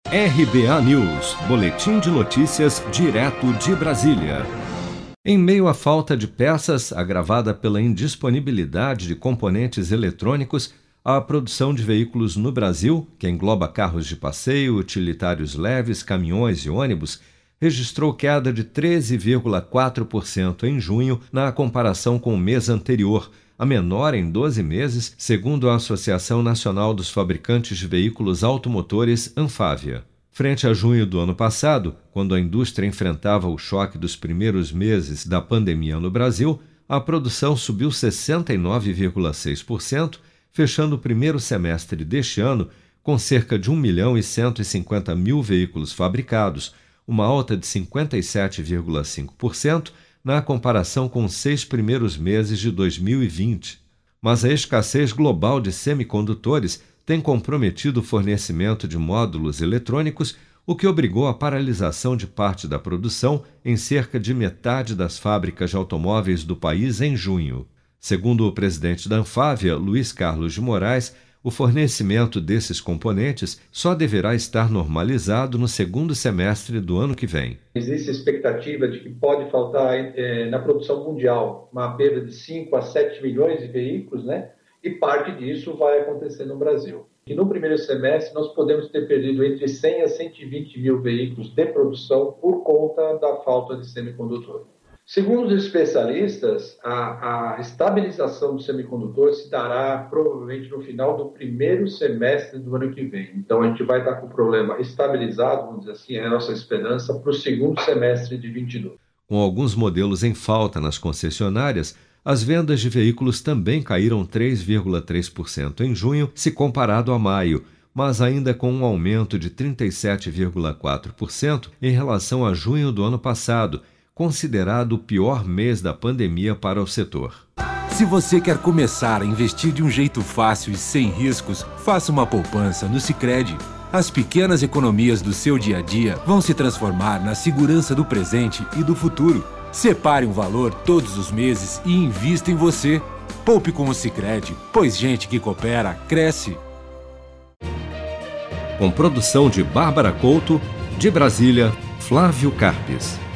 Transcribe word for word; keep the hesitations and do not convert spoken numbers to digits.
R B A News, boletim de notícias direto de Brasília. Em meio à falta de peças, agravada pela indisponibilidade de componentes eletrônicos, a produção de veículos no Brasil, que engloba carros de passeio, utilitários leves, caminhões e ônibus, registrou queda de treze vírgula quatro por cento em junho na comparação com o mês anterior, a menor em doze meses, segundo a Associação Nacional dos Fabricantes de Veículos Automotores, Anfávia. Frente a junho do ano passado, quando a indústria enfrentava o choque dos primeiros meses da pandemia no Brasil, a produção subiu sessenta e nove vírgula seis por cento, fechando o primeiro semestre deste ano com cerca de um milhão e cento e cinquenta mil veículos fabricados, uma alta de cinquenta e sete vírgula cinco por cento na comparação com os seis primeiros meses de dois mil e vinte. Mas a escassez global de semicondutores tem comprometido o fornecimento de módulos eletrônicos, o que obrigou a paralisação de parte da produção em cerca de metade das fábricas de automóveis do país em junho. Segundo o presidente da Anfávia, Luiz Carlos de Moraes, o fornecimento desses componentes só deverá estar normalizado no segundo semestre do ano que vem. Existe a expectativa de que pode faltar é, na produção mundial uma perda de cinco a sete milhões de veículos, né? E parte disso vai acontecer no Brasil. E no primeiro semestre nós podemos ter perdido entre cem a cento e vinte mil veículos de produção por conta da falta de semicondutor. Segundo os especialistas, a, a estabilização do semicondutor se dará provavelmente no final do primeiro semestre do ano que vem. Então a gente vai estar com o problema estabilizado, vamos dizer assim, é a nossa esperança, para o segundo semestre de vinte e dois. Com alguns modelos em falta nas concessionárias, as vendas de veículos também caíram três vírgula três por cento em junho, se comparado a maio, mas ainda com um aumento de trinta e sete vírgula quatro por cento em relação a junho do ano passado, considerado o pior mês da pandemia para o setor. Se você quer começar a investir de um jeito fácil e sem riscos, faça uma poupança no Sicredi. As pequenas economias do seu dia a dia vão se transformar na segurança do presente e do futuro. Separe um valor todos os meses e invista em você. Poupe com o Sicredi, pois gente que coopera, cresce. Com produção de Bárbara Couto, de Brasília, Flávio Carpes.